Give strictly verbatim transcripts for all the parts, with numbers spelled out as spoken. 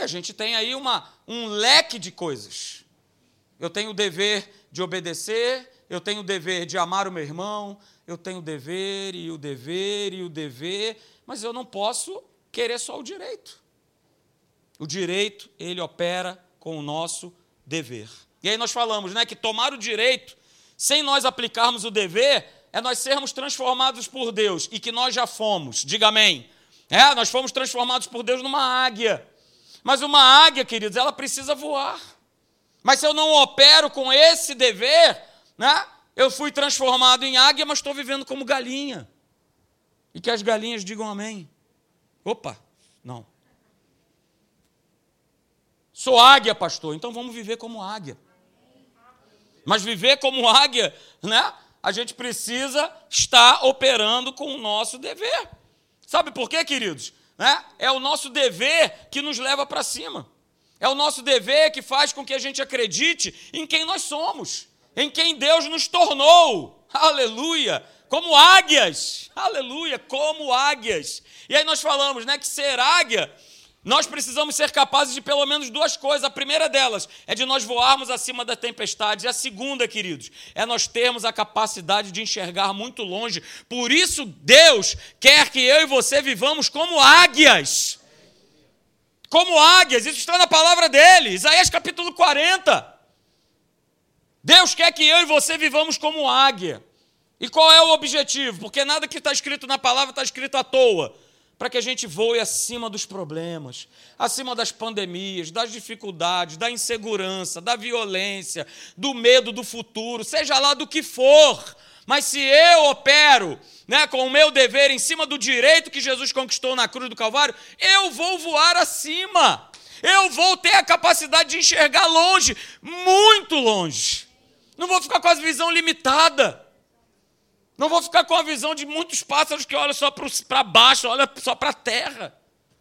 E a gente tem aí uma, um leque de coisas. Eu tenho o dever de obedecer, eu tenho o dever de amar o meu irmão, eu tenho o dever e o dever e o dever, mas eu não posso querer só o direito. O direito, ele opera com o nosso dever. E aí nós falamos, né, que tomar o direito, sem nós aplicarmos o dever, é nós sermos transformados por Deus, e que nós já fomos, diga amém. É, nós fomos transformados por Deus numa águia. Mas uma águia, queridos, ela precisa voar. Mas se eu não opero com esse dever, né, eu fui transformado em águia, mas estou vivendo como galinha. E que as galinhas digam amém. Opa, não. Sou águia, pastor, então vamos viver como águia. Mas viver como águia, né, a gente precisa estar operando com o nosso dever. Sabe por quê, queridos? Né? É o nosso dever que nos leva para cima. É o nosso dever que faz com que a gente acredite em quem nós somos, em quem Deus nos tornou. Aleluia! Como águias. Aleluia! Como águias. E aí nós falamos, né, que ser águia, nós precisamos ser capazes de pelo menos duas coisas. A primeira delas é de nós voarmos acima da tempestade. E a segunda, queridos, é nós termos a capacidade de enxergar muito longe. Por isso, Deus quer que eu e você vivamos como águias. Como águias. Isso está na palavra dele. Isaías capítulo quarenta. Deus quer que eu e você vivamos como águia. E qual é o objetivo? Porque nada que está escrito na palavra está escrito à toa. Para que a gente voe acima dos problemas, acima das pandemias, das dificuldades, da insegurança, da violência, do medo do futuro, seja lá do que for. Mas se eu opero, né, com o meu dever em cima do direito que Jesus conquistou na cruz do Calvário, eu vou voar acima. Eu vou ter a capacidade de enxergar longe, muito longe. Não vou ficar com a visão limitada. Não vou ficar com a visão de muitos pássaros que olham só para baixo, olham só para a terra.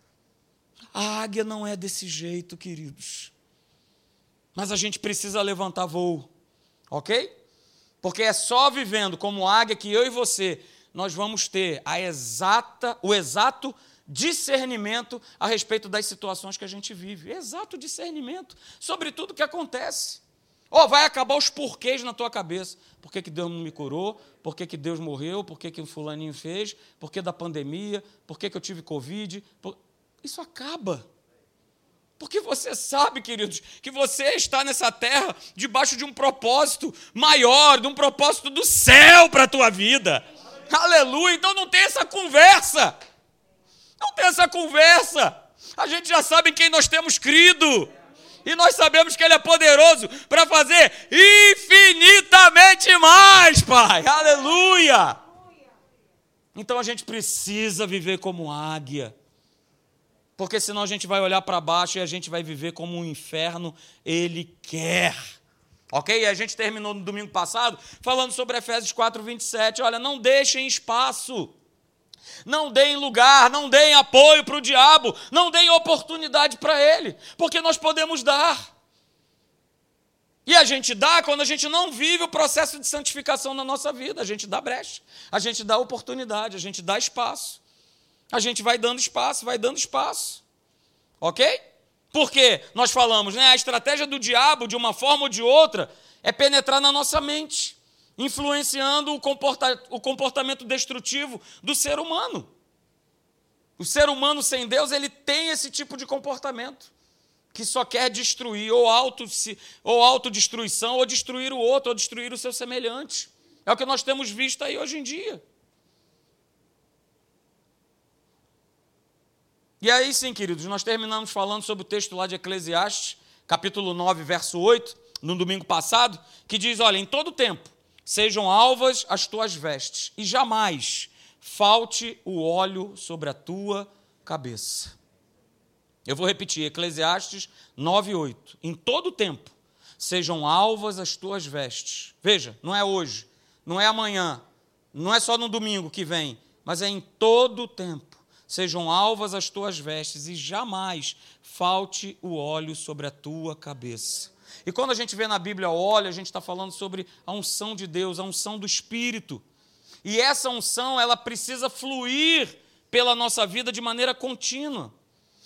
A águia não é desse jeito, queridos. Mas a gente precisa levantar voo, ok? Porque é só vivendo como águia que eu e você, nós vamos ter a exata, o exato discernimento a respeito das situações que a gente vive. Exato discernimento sobre tudo que acontece. Ou oh, vai acabar os porquês na tua cabeça. Por que que Deus não me curou? Por que que Deus morreu? Por que que o fulaninho fez? Por que da pandemia? Por que que eu tive Covid? Por... Isso acaba. Porque você sabe, queridos, que você está nessa terra debaixo de um propósito maior, de um propósito do céu para a tua vida. Aleluia! Então não tem essa conversa. Não tem essa conversa. A gente já sabe em quem nós temos crido. E nós sabemos que Ele é poderoso para fazer infinitamente mais, Pai. Aleluia! Então a gente precisa viver como águia. Porque senão a gente vai olhar para baixo e a gente vai viver como um inferno Ele quer. Ok? E a gente terminou no domingo passado falando sobre Efésios quatro, vinte e sete. Olha, não deixem espaço. Não deem lugar, não deem apoio para o diabo, não deem oportunidade para ele, porque nós podemos dar. E a gente dá quando a gente não vive o processo de santificação na nossa vida, a gente dá brecha, a gente dá oportunidade, a gente dá espaço. A gente vai dando espaço, vai dando espaço. Ok? Porque nós falamos, né, a estratégia do diabo, de uma forma ou de outra, é penetrar na nossa mente, influenciando o, comporta- o comportamento destrutivo do ser humano. O ser humano sem Deus, ele tem esse tipo de comportamento, que só quer destruir, ou, auto, ou autodestruição, ou destruir o outro, ou destruir o seu semelhante. É o que nós temos visto aí hoje em dia. E aí sim, queridos, nós terminamos falando sobre o texto lá de Eclesiastes, capítulo nove, verso oito, no domingo passado, que diz, olha, em todo tempo, sejam alvas as tuas vestes, e jamais falte o óleo sobre a tua cabeça. Eu vou repetir, Eclesiastes nove, oito. Em todo tempo, sejam alvas as tuas vestes. Veja, não é hoje, não é amanhã, não é só no domingo que vem, mas é em todo tempo. Sejam alvas as tuas vestes, e jamais falte o óleo sobre a tua cabeça. E quando a gente vê na Bíblia óleo, a gente está falando sobre a unção de Deus, a unção do Espírito. E essa unção, ela precisa fluir pela nossa vida de maneira contínua.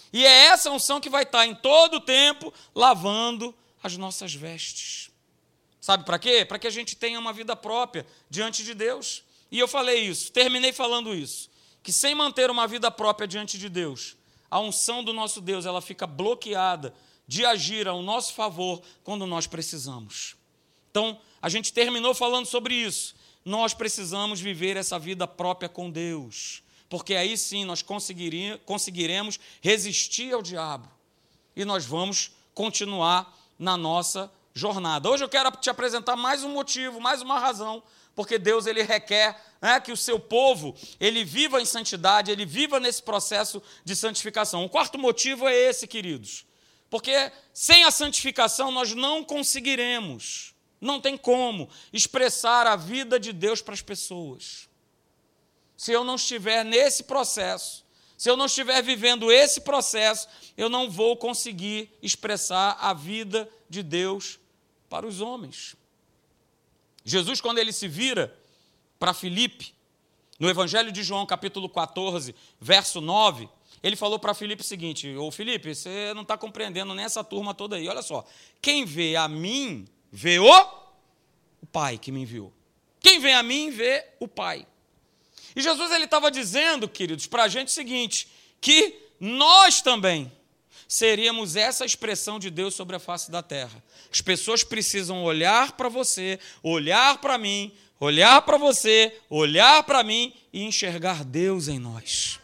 E é essa unção que vai estar em todo o tempo lavando as nossas vestes. Sabe para quê? Para que a gente tenha uma vida própria diante de Deus. E eu falei isso, terminei falando isso, que sem manter uma vida própria diante de Deus, a unção do nosso Deus, ela fica bloqueada de agir ao nosso favor quando nós precisamos. Então, a gente terminou falando sobre isso. Nós precisamos viver essa vida própria com Deus, porque aí sim nós conseguiremos resistir ao diabo e nós vamos continuar na nossa jornada. Hoje eu quero te apresentar mais um motivo, mais uma razão, porque Deus ele requer, né, que o seu povo ele viva em santidade, ele viva nesse processo de santificação. O quarto motivo é esse, queridos, porque sem a santificação nós não conseguiremos, não tem como expressar a vida de Deus para as pessoas. Se eu não estiver nesse processo, se eu não estiver vivendo esse processo, eu não vou conseguir expressar a vida de Deus para os homens. Jesus, quando ele se vira para Filipe, no Evangelho de João, capítulo quatorze, verso nove, ele falou para Filipe o seguinte: ô Filipe, você não está compreendendo nem essa turma toda aí, olha só, quem vê a mim, vê o, o Pai que me enviou. Quem vê a mim, vê o Pai. E Jesus ele estava dizendo, queridos, para a gente o seguinte, que nós também seríamos essa expressão de Deus sobre a face da terra. As pessoas precisam olhar para você, olhar para mim, olhar para você, olhar para mim e enxergar Deus em nós.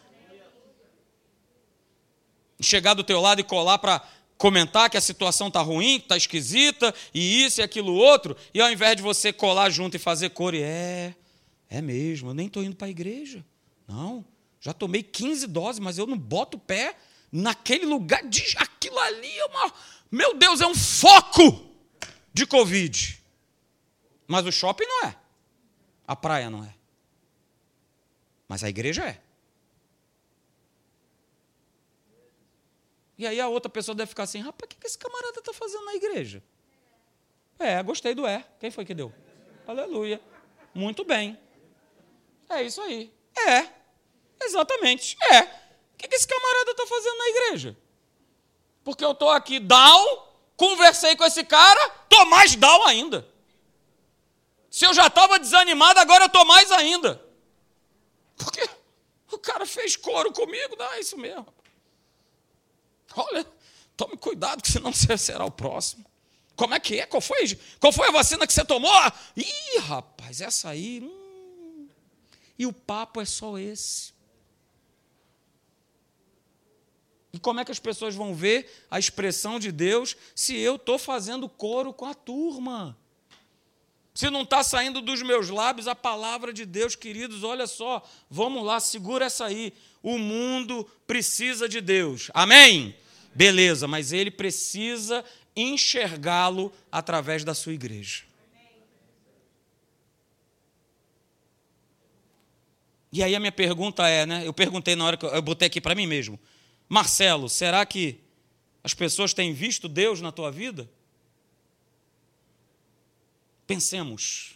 Chegar do teu lado e colar para comentar que a situação está ruim, que está esquisita, e isso e aquilo outro, e ao invés de você colar junto e fazer coro, e é, é mesmo, eu nem estou indo para a igreja. Não, já tomei quinze doses, mas eu não boto o pé naquele lugar, de, aquilo ali é uma... Meu Deus, é um foco de Covid. Mas o shopping não é. A praia não é. Mas a igreja é. E aí a outra pessoa deve ficar assim, rapaz, o que esse camarada está fazendo na igreja? É, gostei do é. Quem foi que deu? Aleluia. Muito bem. É isso aí. É. Exatamente. É. O que esse camarada está fazendo na igreja? Porque eu estou aqui down, conversei com esse cara, estou mais down ainda. Se eu já estava desanimado, agora eu estou mais ainda. Porque o cara fez coro comigo, dá isso mesmo. Olha, tome cuidado, que senão você será o próximo. Como é que é? Qual foi, qual foi a vacina que você tomou? Ih, rapaz, essa aí... Hum, e o papo é só esse. E como é que as pessoas vão ver a expressão de Deus se eu estou fazendo coro com a turma? Se não está saindo dos meus lábios a palavra de Deus, queridos, olha só, vamos lá, segura essa aí. O mundo precisa de Deus. Amém? Beleza, mas ele precisa enxergá-lo através da sua igreja. E aí a minha pergunta é, né? Eu perguntei na hora que eu, eu botei aqui para mim mesmo. Marcelo, será que as pessoas têm visto Deus na tua vida? Pensemos.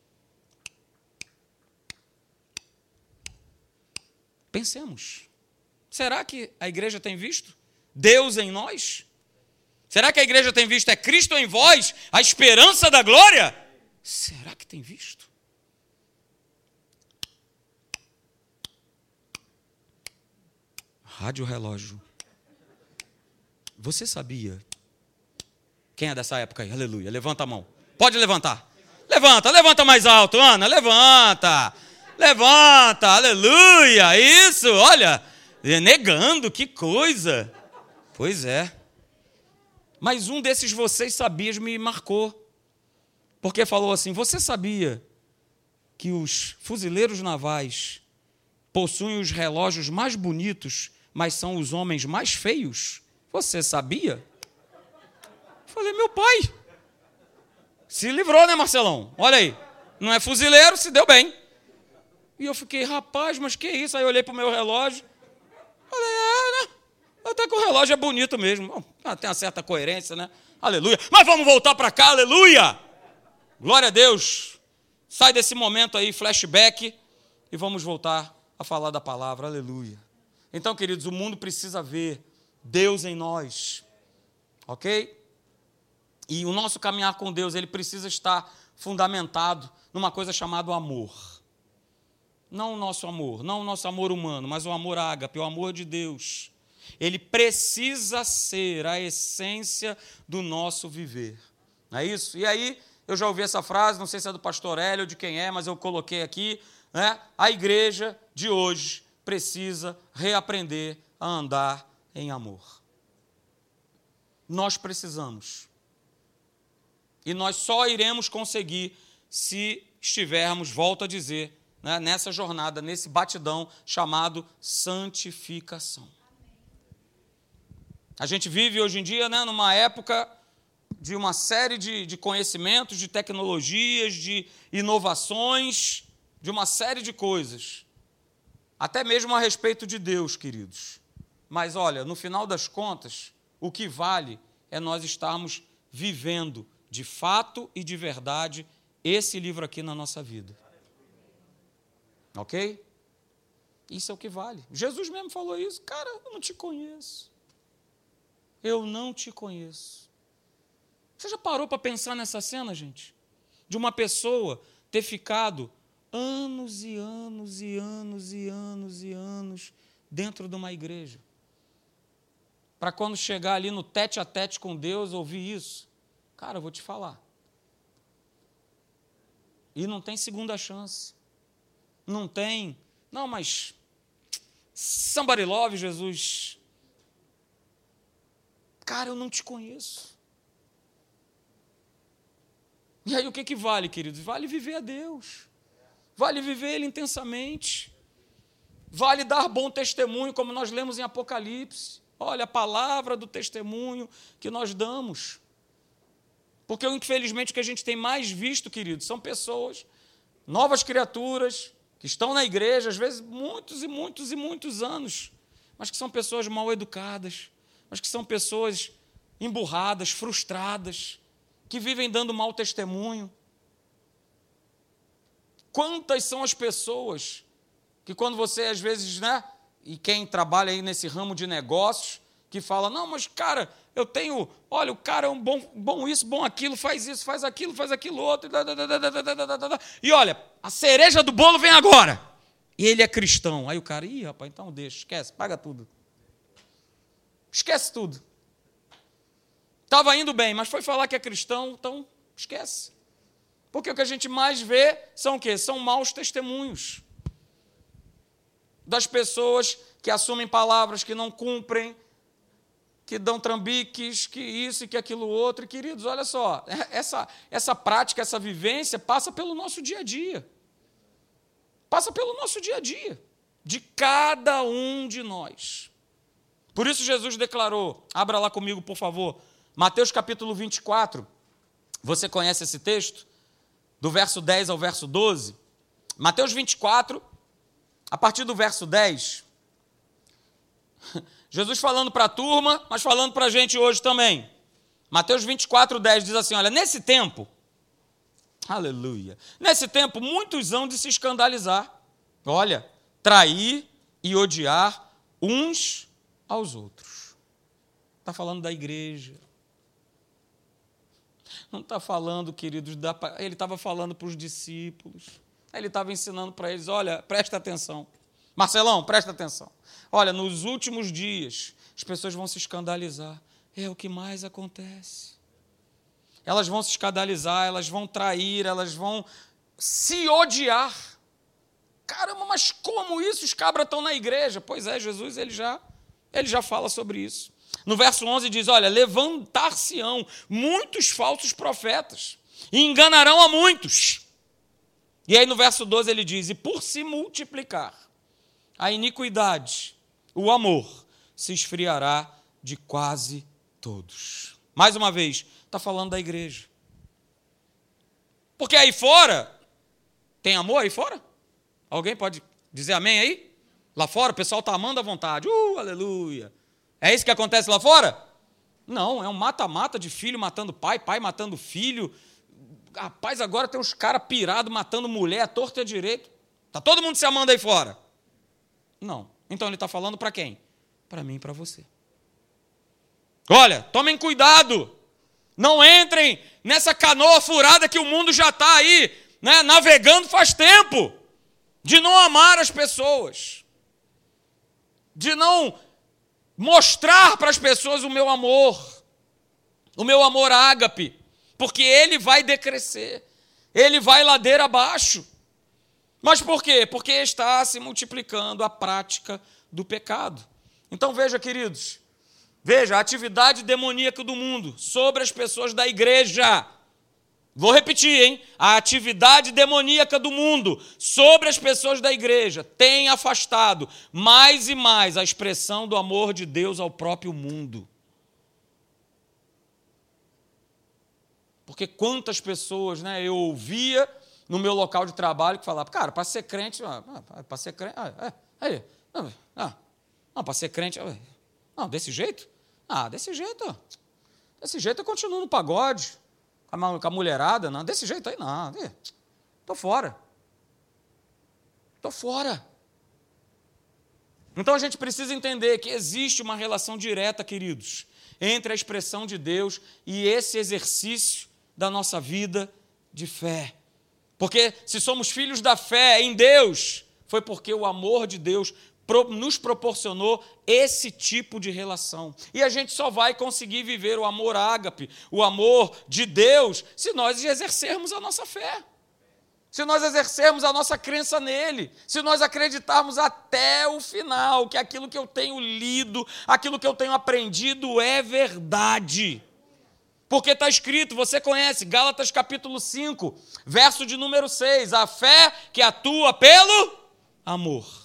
Pensemos. Será que a igreja tem visto Deus em nós? Será que a igreja tem visto é Cristo em vós, a esperança da glória? Será que tem visto? Rádio relógio. Você sabia? Quem é dessa época aí? Aleluia. Levanta a mão. Pode levantar. Levanta, levanta mais alto, Ana. Levanta. Levanta. Aleluia. Isso, olha. Negando, que coisa. Pois é. Mas um desses vocês sabias me marcou. Porque falou assim, você sabia que os fuzileiros navais possuem os relógios mais bonitos, mas são os homens mais feios? Você sabia? Falei, meu pai. Se livrou, né, Marcelão? Olha aí. Não é fuzileiro, se deu bem. E eu fiquei, rapaz, mas que isso? Aí eu olhei para o meu relógio. Falei, é, né? Até que o relógio é bonito mesmo. Bom, tem uma certa coerência, né? Aleluia. Mas vamos voltar para cá, aleluia. Glória a Deus. Sai desse momento aí, flashback, e vamos voltar a falar da palavra, aleluia. Então, queridos, o mundo precisa ver Deus em nós. Ok? E o nosso caminhar com Deus, ele precisa estar fundamentado numa coisa chamada amor. Não o nosso amor, não o nosso amor humano, mas o amor ágape, o amor de Deus. Ele precisa ser a essência do nosso viver. Não é isso? E aí, eu já ouvi essa frase, não sei se é do pastor Hélio ou de quem é, mas eu coloquei aqui, né? A igreja de hoje precisa reaprender a andar em amor. Nós precisamos. E nós só iremos conseguir se estivermos, volto a dizer, né, nessa jornada, nesse batidão chamado santificação. A gente vive hoje em dia, né, numa época de uma série de, de conhecimentos, de tecnologias, de inovações, de uma série de coisas. Até mesmo a respeito de Deus, queridos. Mas, olha, no final das contas, o que vale é nós estarmos vivendo de fato e de verdade esse livro aqui na nossa vida. Ok? Isso é o que vale. Jesus mesmo falou isso. Cara, eu não te conheço. Eu não te conheço. Você já parou para pensar nessa cena, gente? De uma pessoa ter ficado anos e anos e anos e anos e anos dentro de uma igreja. Para quando chegar ali no tete a tete com Deus, ouvir isso. Cara, eu vou te falar. E não tem segunda chance. Não tem. Não, mas somebody love, Jesus. Cara, eu não te conheço. E aí o que, que vale, queridos? Vale viver a Deus. Vale viver Ele intensamente. Vale dar bom testemunho, como nós lemos em Apocalipse. Olha, a palavra do testemunho que nós damos. Porque, infelizmente, o que a gente tem mais visto, queridos, são pessoas, novas criaturas, que estão na igreja, às vezes, muitos e muitos e muitos anos, mas que são pessoas mal educadas, mas que são pessoas emburradas, frustradas, que vivem dando mau testemunho. Quantas são as pessoas que quando você, às vezes, né, e quem trabalha aí nesse ramo de negócios, que fala, não, mas, cara, eu tenho, olha, o cara é um bom, bom isso, bom aquilo, faz isso, faz aquilo, faz aquilo outro, e olha, a cereja do bolo vem agora, e ele é cristão. Aí o cara, ih, rapaz, então deixa, esquece, paga tudo. Esquece tudo. Estava indo bem, mas foi falar que é cristão, então esquece. Porque o que a gente mais vê são o quê? São maus testemunhos das pessoas que assumem palavras que não cumprem, que dão trambiques, que isso e que aquilo outro. E, queridos, olha só, essa, essa prática, essa vivência passa pelo nosso dia a dia. Passa pelo nosso dia a dia, de cada um de nós. Por isso Jesus declarou, abra lá comigo, por favor, Mateus capítulo vinte e quatro, você conhece esse texto? Do verso dez ao verso doze. Mateus vinte e quatro, a partir do verso dez. Jesus falando para a turma, mas falando para a gente hoje também. Mateus vinte e quatro, dez diz assim, olha, nesse tempo, aleluia, nesse tempo muitos hão de se escandalizar, olha, trair e odiar uns aos outros. Está falando da igreja. Não está falando, queridos, da... ele estava falando para os discípulos. Ele estava ensinando para eles, olha, presta atenção. Marcelão, presta atenção. Olha, nos últimos dias, as pessoas vão se escandalizar. É o que mais acontece. Elas vão se escandalizar, elas vão trair, elas vão se odiar. Caramba, mas como isso? Os cabras estão na igreja. Pois é, Jesus, ele já, ele já fala sobre isso. No verso onze diz, olha, levantar-se-ão muitos falsos profetas e enganarão a muitos. E aí no verso doze ele diz, e por se multiplicar a iniquidade, o amor se esfriará de quase todos. Mais uma vez, está falando da igreja. Porque aí fora, tem amor aí fora? Alguém pode dizer amém aí? Lá fora o pessoal está amando à vontade. Uh, aleluia. É isso que acontece lá fora? Não, é um mata-mata de filho matando pai, pai matando filho. Rapaz, agora tem uns caras pirados matando mulher, torto e direito. Está todo mundo se amando aí fora? Não. Então ele está falando para quem? Para mim e para você. Olha, tomem cuidado. Não entrem nessa canoa furada que o mundo já está aí, né, navegando faz tempo. De não amar as pessoas. De não mostrar para as pessoas o meu amor. O meu amor ágape. Porque ele vai decrescer. Ele vai ladeira abaixo. Mas por quê? Porque está se multiplicando a prática do pecado. Então veja, queridos, veja a atividade demoníaca do mundo sobre as pessoas da igreja. Vou repetir, hein? A atividade demoníaca do mundo sobre as pessoas da igreja tem afastado mais e mais a expressão do amor de Deus ao próprio mundo. Porque quantas pessoas, né, eu ouvia no meu local de trabalho que falavam, cara, para ser crente, para ser crente, ah, é, não, ah, não, para ser crente, não, desse jeito? Ah, desse jeito, desse jeito eu continuo no pagode, com a mulherada, não, desse jeito aí não, estou fora, estou fora. Então a gente precisa entender que existe uma relação direta, queridos, entre a expressão de Deus e esse exercício da nossa vida de fé. Porque se somos filhos da fé em Deus, foi porque o amor de Deus nos proporcionou esse tipo de relação. E a gente só vai conseguir viver o amor ágape, o amor de Deus, se nós exercermos a nossa fé. Se nós exercermos a nossa crença nele, se nós acreditarmos até o final que aquilo que eu tenho lido, aquilo que eu tenho aprendido é verdade. Porque está escrito, você conhece, Gálatas capítulo cinco, verso de número seis, a fé que atua pelo amor.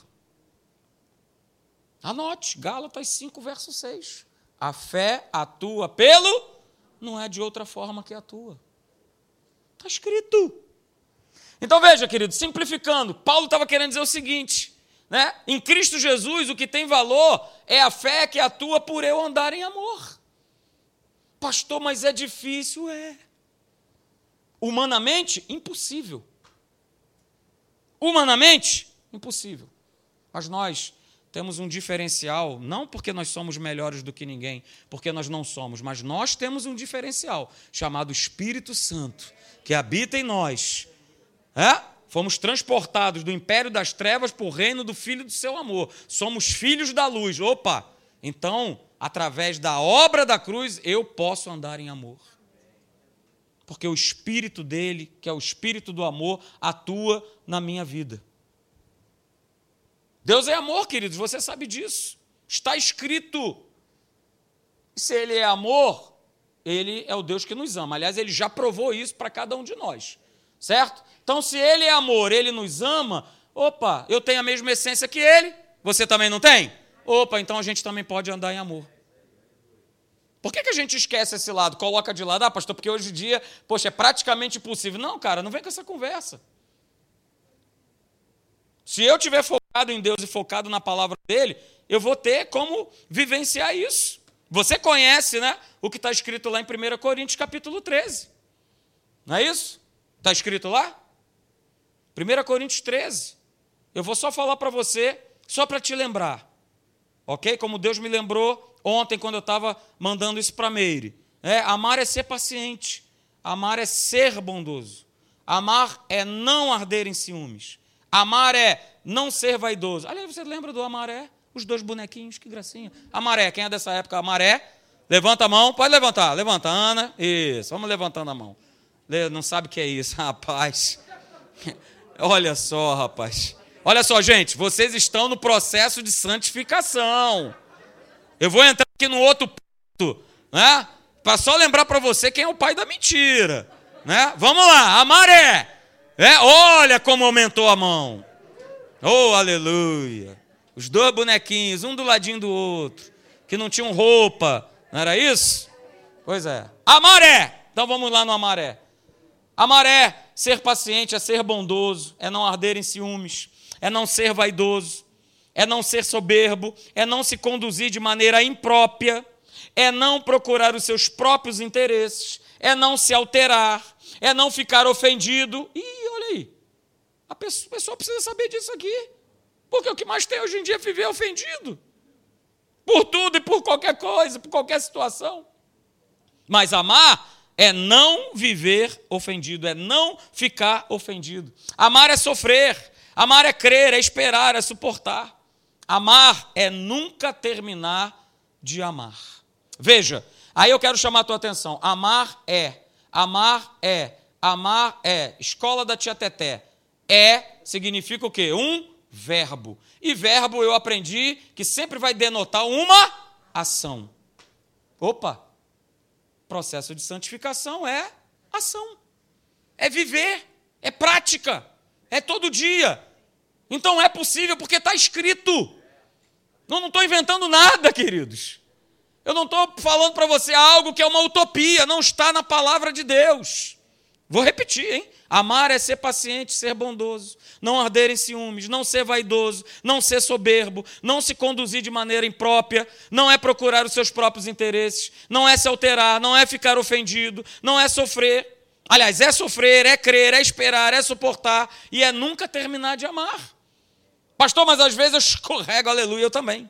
Anote, Gálatas cinco, verso seis. A fé atua pelo, não é de outra forma que atua. Está escrito. Então veja, querido, simplificando, Paulo estava querendo dizer o seguinte, né? Em Cristo Jesus o que tem valor é a fé que atua por eu andar em amor. Pastor, mas é difícil, é. Humanamente, impossível. Humanamente, impossível. Mas nós temos um diferencial, não porque nós somos melhores do que ninguém, porque nós não somos, mas nós temos um diferencial, chamado Espírito Santo, que habita em nós. É? Fomos transportados do império das trevas para o reino do Filho do seu amor. Somos filhos da luz. Opa! Então, através da obra da cruz, eu posso andar em amor. Porque o Espírito dele, que é o Espírito do amor, atua na minha vida. Deus é amor, queridos, você sabe disso. Está escrito. E se ele é amor, ele é o Deus que nos ama. Aliás, ele já provou isso para cada um de nós. Certo? Então, se ele é amor, ele nos ama, opa, eu tenho a mesma essência que ele, você também não tem? Opa, então a gente também pode andar em amor. Por que que a gente esquece esse lado? Coloca de lado, ah, pastor, porque hoje em dia, poxa, é praticamente impossível. Não, cara, não vem com essa conversa. Se eu estiver focado em Deus e focado na palavra dele, eu vou ter como vivenciar isso. Você conhece, né, o que está escrito lá em primeira Coríntios, capítulo treze. Não é isso? Está escrito lá? primeira Coríntios treze. Eu vou só falar para você, só para te lembrar. Ok? Como Deus me lembrou ontem, quando eu estava mandando isso para a Meire. É, amar é ser paciente. Amar é ser bondoso. Amar é não arder em ciúmes. Amar é não ser vaidoso. Aliás, você lembra do Amaré? Os dois bonequinhos, que gracinha. Amaré, quem é dessa época? Amaré? Levanta a mão, pode levantar. Levanta, Ana. Isso, vamos levantando a mão. Não sabe o que é isso, rapaz. Olha só, rapaz. Olha só, gente, vocês estão no processo de santificação. Eu vou entrar aqui no outro ponto, né? Para só lembrar para você quem é o pai da mentira, né? Vamos lá, Amaré. É, olha como aumentou a mão. Oh, aleluia. Os dois bonequinhos, um do ladinho do outro, que não tinham roupa, não era isso? Pois é. Amaré. Então vamos lá no Amaré. Amar é ser paciente, é ser bondoso, é não arder em ciúmes, é não ser vaidoso, é não ser soberbo, é não se conduzir de maneira imprópria, é não procurar os seus próprios interesses, é não se alterar, é não ficar ofendido. Ih, olha aí, a pessoa precisa saber disso aqui, porque o que mais tem hoje em dia é viver ofendido. por tudo e por qualquer coisa, por qualquer situação. Mas amar é não viver ofendido, é não ficar ofendido. Amar é sofrer, amar é crer, é esperar, é suportar. Amar é nunca terminar de amar. Veja, aí eu quero chamar a tua atenção. Amar é, amar é, amar é. Escola da tia Teté. É significa o quê? Um verbo. E verbo eu aprendi que sempre vai denotar uma ação. Opa! Processo de santificação é ação, é viver, é prática, é todo dia. Então é possível porque está escrito. Eu não estou inventando nada, queridos. Eu não estou falando para você algo que é uma utopia, não está na palavra de Deus. Vou repetir, hein? Amar é ser paciente, ser bondoso, não arder em ciúmes, não ser vaidoso, não ser soberbo, não se conduzir de maneira imprópria, não é procurar os seus próprios interesses, não é se alterar, não é ficar ofendido, não é sofrer. Aliás, é sofrer, é crer, é esperar, é suportar e é nunca terminar de amar. Pastor, mas às vezes eu escorrego, aleluia, eu também.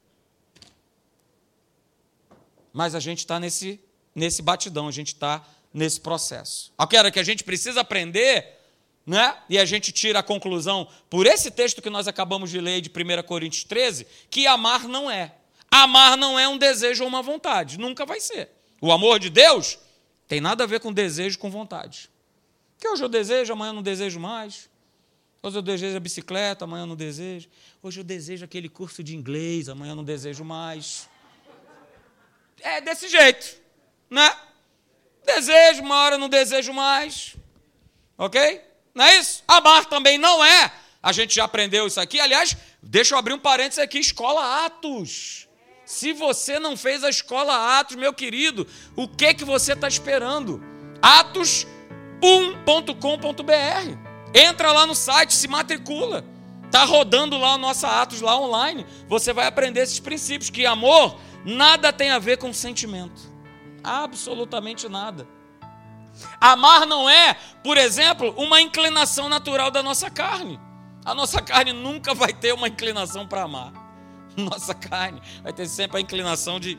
Mas a gente está nesse, nesse batidão, a gente está nesse processo. Agora que a gente precisa aprender, né? E a gente tira a conclusão por esse texto que nós acabamos de ler de primeira Coríntios treze, que amar não é. Amar não é um desejo ou uma vontade, nunca vai ser. O amor de Deus tem nada a ver com desejo, com vontade. Que hoje eu desejo, amanhã eu não desejo mais. Hoje eu desejo a bicicleta, amanhã eu não desejo. Hoje eu desejo aquele curso de inglês, amanhã eu não desejo mais. É desse jeito, né? Desejo, uma hora eu não desejo mais. Ok? Não é isso? Amar também não é. A gente já aprendeu isso aqui. Aliás, deixa eu abrir um parênteses aqui. Escola Atos. Se você não fez a escola Atos, meu querido, o que, que você está esperando? atos um ponto com ponto b r. Entra lá no site, se matricula. Está rodando lá o nosso Atos lá online. Você vai aprender esses princípios. Que amor nada tem a ver com sentimento. Absolutamente nada. Amar não é, por exemplo, uma inclinação natural da nossa carne. A nossa carne nunca vai ter uma inclinação para amar. Nossa carne vai ter sempre a inclinação de...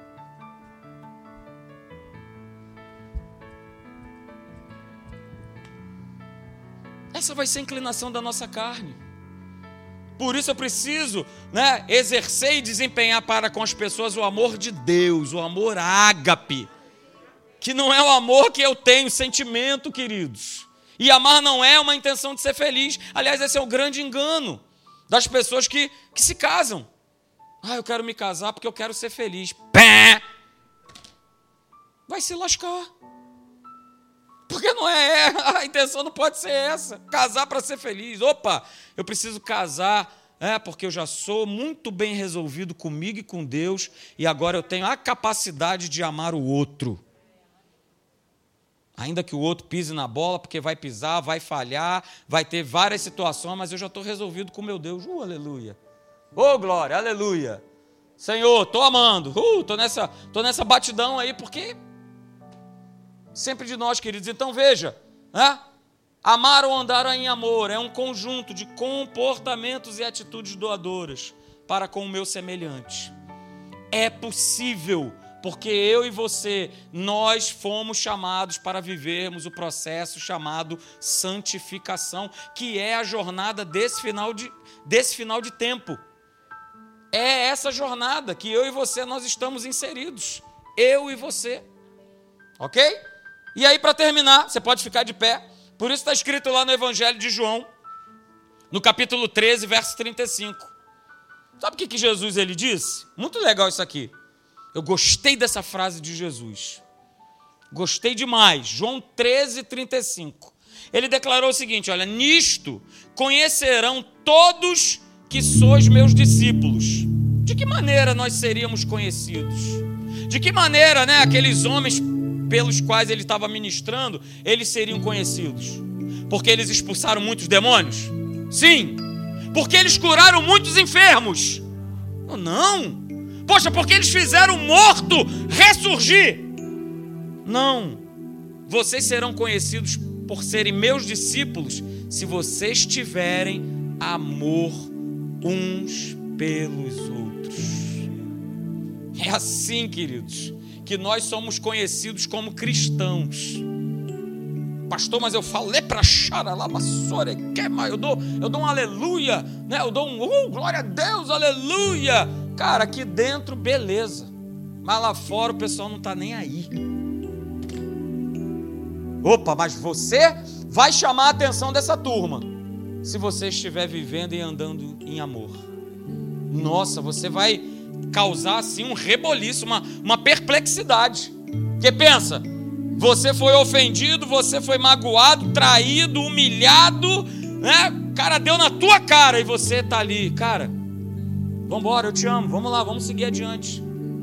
Essa vai ser a inclinação da nossa carne. Por isso eu preciso, né, exercer e desempenhar para com as pessoas o amor de Deus, o amor ágape, que não é o amor que eu tenho, sentimento, queridos. E amar não é uma intenção de ser feliz. Aliás, esse é o grande engano das pessoas que, que se casam. Ah, eu quero me casar porque eu quero ser feliz. Pé! Vai se lascar. Porque não é, a intenção não pode ser essa, casar para ser feliz. Opa, eu preciso casar, é, porque eu já sou muito bem resolvido comigo e com Deus, e agora eu tenho a capacidade de amar o outro. Ainda que o outro pise na bola, porque vai pisar, vai falhar, vai ter várias situações, mas eu já estou resolvido com meu Deus. Uh, aleluia. Oh, glória, aleluia. Senhor, estou amando, uh, estou nessa, tô nessa batidão aí, porque... Sempre de nós, queridos. Então veja, né? Amar ou andar em amor é um conjunto de comportamentos e atitudes doadoras para com o meu semelhante. É possível, porque eu e você, nós fomos chamados para vivermos o processo chamado santificação, que é a jornada desse final de, desse final de tempo. É essa jornada que eu e você, nós estamos inseridos. Eu e você. Ok? E aí, para terminar, você pode ficar de pé. Por isso está escrito lá no Evangelho de João, no capítulo treze, verso trinta e cinco. Sabe o que, que Jesus ele disse? Muito legal isso aqui. Eu gostei dessa frase de Jesus. Gostei demais. João treze, trinta e cinco. Ele declarou o seguinte, olha, nisto conhecerão todos que sois meus discípulos. De que maneira nós seríamos conhecidos? De que maneira, né, aqueles homens pelos quais ele estava ministrando, eles seriam conhecidos? Porque eles expulsaram muitos demônios? Sim. Porque eles curaram muitos enfermos? Não. Poxa, porque eles fizeram o morto ressurgir? Não. Vocês serão conhecidos por serem meus discípulos se vocês tiverem amor uns pelos outros. É assim, queridos, que nós somos conhecidos como cristãos. Pastor, mas eu falei para xaralabassore, eu dou, eu dou um aleluia, né? Eu dou um uh, glória a Deus, aleluia. Cara, aqui dentro, beleza. Mas lá fora o pessoal não está nem aí. Opa, mas você vai chamar a atenção dessa turma se você estiver vivendo e andando em amor. Nossa, você vai causar assim um reboliço, uma, uma perplexidade. Porque pensa, você foi ofendido, você foi magoado, traído, humilhado, né? O cara deu na tua cara e você está ali. Cara, vamos embora, eu te amo, vamos lá, vamos seguir adiante.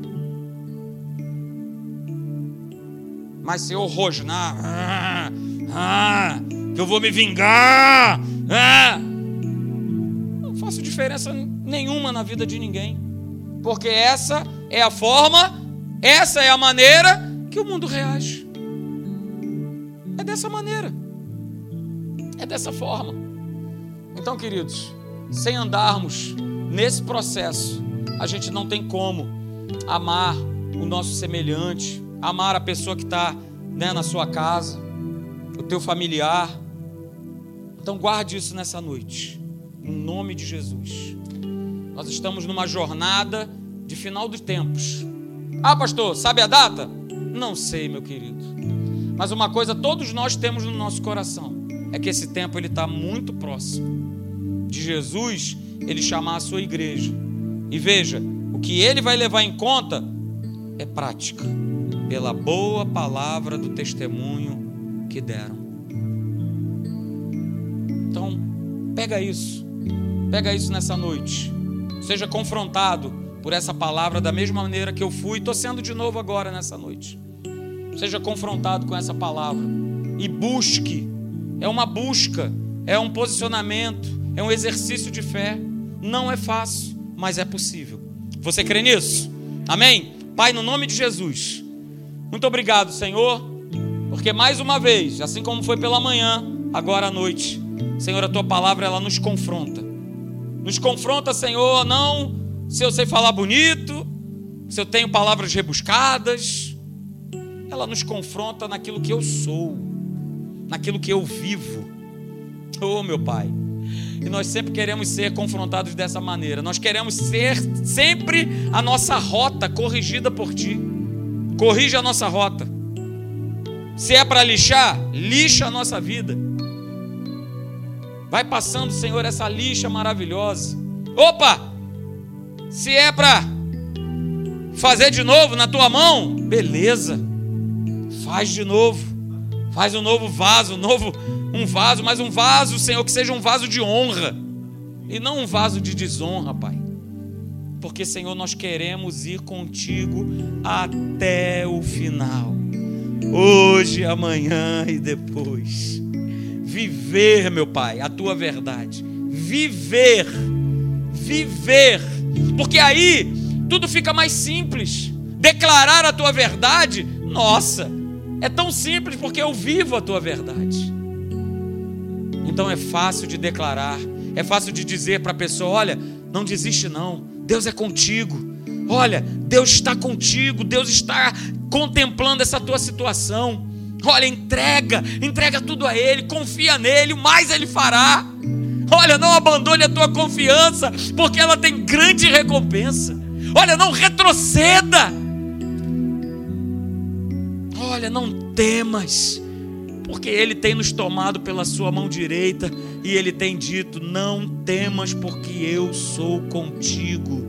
Mas se eu rosnar, ah, ah, que eu vou me vingar, ah, não faço diferença nenhuma na vida de ninguém, porque essa é a forma, essa é a maneira que o mundo reage. É dessa maneira, é dessa forma. Então, queridos, sem andarmos nesse processo, a gente não tem como amar o nosso semelhante, amar a pessoa que está, né, na sua casa, o teu familiar. Então guarde isso nessa noite, em nome de Jesus. Nós estamos numa jornada de final dos tempos. Ah, pastor, sabe a data? Não sei, meu querido. Mas uma coisa todos nós temos no nosso coração, é que esse tempo ele está muito próximo de Jesus, ele chamar a sua igreja. E veja, o que ele vai levar em conta é prática, pela boa palavra do testemunho que deram. Então, pega isso, pega isso nessa noite, seja confrontado por essa palavra da mesma maneira que eu fui, estou sendo de novo agora nessa noite. Seja confrontado com essa palavra e busque, é uma busca, é um posicionamento, é um exercício de fé. Não é fácil, mas é possível. Você crê nisso? Amém? Pai, no nome de Jesus, muito obrigado, Senhor, porque mais uma vez, assim como foi pela manhã, agora à noite, Senhor, a Tua palavra, ela nos confronta. Nos confronta, Senhor, não se eu sei falar bonito, se eu tenho palavras rebuscadas. Ela nos confronta naquilo que eu sou, naquilo que eu vivo. Oh, meu Pai. E nós sempre queremos ser confrontados dessa maneira. Nós queremos ser sempre a nossa rota corrigida por Ti. Corrige a nossa rota. Se é para lixar, lixa a nossa vida. Vai passando, Senhor, essa lixa maravilhosa. Opa! Se é para fazer de novo na Tua mão, beleza. Faz de novo. Faz um novo vaso, um novo, um vaso, mas um vaso, Senhor, que seja um vaso de honra e não um vaso de desonra, Pai. Porque, Senhor, nós queremos ir contigo até o final. Hoje, amanhã e depois. Viver, meu Pai, a Tua verdade. Viver. Viver. Porque aí tudo fica mais simples. Declarar a Tua verdade, nossa, é tão simples porque eu vivo a Tua verdade. Então é fácil de declarar, é fácil de dizer para a pessoa, olha, não desiste não, Deus é contigo. Olha, Deus está contigo, Deus está contemplando essa tua situação. Olha, entrega, entrega tudo a Ele, confia nele, o mais Ele fará. Olha, não abandone a tua confiança, porque ela tem grande recompensa. Olha, não retroceda. Olha, não temas, porque Ele tem nos tomado pela sua mão direita e Ele tem dito, não temas, porque eu sou contigo.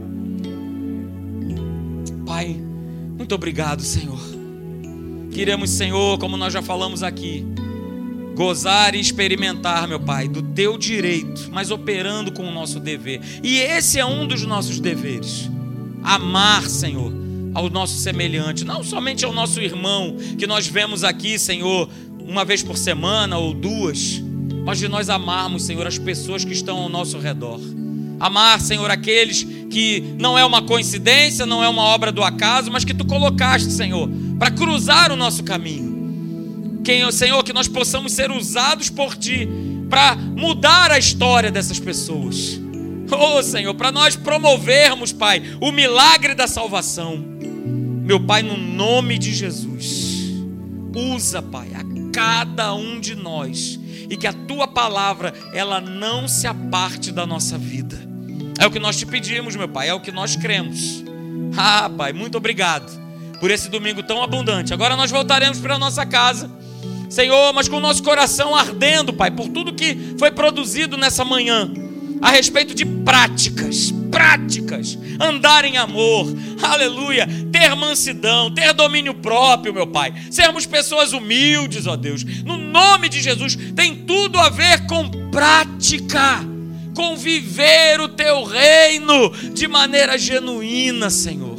Pai, muito obrigado, Senhor. Queremos, Senhor, como nós já falamos aqui, gozar e experimentar, meu Pai, do Teu direito, mas operando com o nosso dever. E esse é um dos nossos deveres. Amar, Senhor, ao nosso semelhante, não somente ao nosso irmão, que nós vemos aqui, Senhor, uma vez por semana ou duas, mas de nós amarmos, Senhor, as pessoas que estão ao nosso redor. Amar, Senhor, aqueles que não é uma coincidência, não é uma obra do acaso, mas que Tu colocaste, Senhor, para cruzar o nosso caminho. Que, Senhor, que nós possamos ser usados por Ti para mudar a história dessas pessoas. Oh, Senhor, para nós promovermos, Pai, o milagre da salvação. Meu Pai, no nome de Jesus, usa, Pai, a cada um de nós, e que a Tua palavra, ela não se aparte da nossa vida. É o que nós te pedimos, meu Pai, é o que nós cremos. Ah, Pai, muito obrigado por esse domingo tão abundante. Agora nós voltaremos para a nossa casa, Senhor, mas com o nosso coração ardendo, Pai, por tudo que foi produzido nessa manhã, a respeito de práticas, práticas, andar em amor, aleluia, ter mansidão, ter domínio próprio, meu Pai, sermos pessoas humildes, ó Deus, no nome de Jesus. Tem tudo a ver com prática, com viver o Teu reino de maneira genuína, Senhor.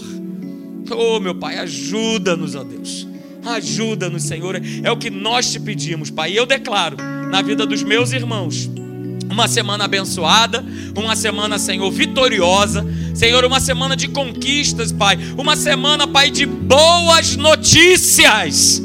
Oh, meu Pai, ajuda-nos, ó Deus, ajuda-nos, Senhor, é o que nós te pedimos, Pai. E eu declaro na vida dos meus irmãos uma semana abençoada, uma semana, Senhor, vitoriosa, Senhor, uma semana de conquistas, Pai, uma semana, Pai, de boas notícias,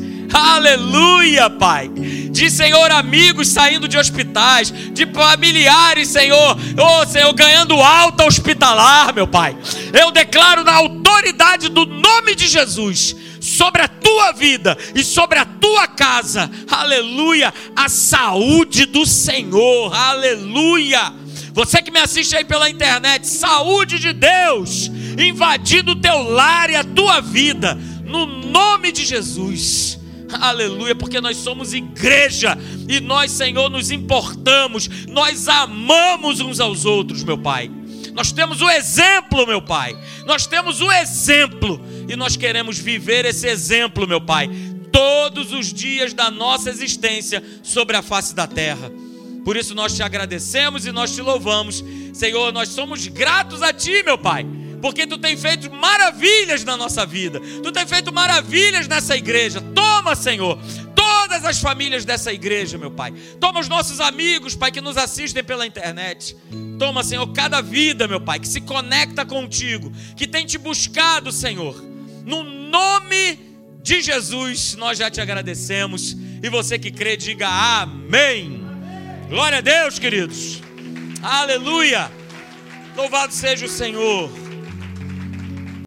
aleluia, Pai, de, Senhor, amigos saindo de hospitais, de familiares, Senhor, oh, Senhor, ganhando alta hospitalar, meu Pai. Eu declaro na autoridade do nome de Jesus, sobre a tua vida e sobre a tua casa, aleluia, a saúde do Senhor, aleluia. Você que me assiste aí pela internet, saúde de Deus invadindo o teu lar e a tua vida, no nome de Jesus, aleluia, porque nós somos igreja e nós, Senhor, nos importamos, nós amamos uns aos outros, meu Pai. Nós temos o exemplo, meu Pai, nós temos o exemplo e nós queremos viver esse exemplo, meu Pai, todos os dias da nossa existência sobre a face da terra. Por isso nós te agradecemos e nós te louvamos, Senhor. Nós somos gratos a Ti, meu Pai, porque Tu tem feito maravilhas na nossa vida, Tu tem feito maravilhas nessa igreja. Toma, Senhor, todas as famílias dessa igreja, meu Pai. Toma os nossos amigos, Pai, que nos assistem pela internet. Toma, Senhor, cada vida, meu Pai, que se conecta contigo, que tem te buscado, Senhor. No nome de Jesus, nós já te agradecemos. E você que crê, diga amém. Glória a Deus, queridos. Aleluia. Louvado seja o Senhor.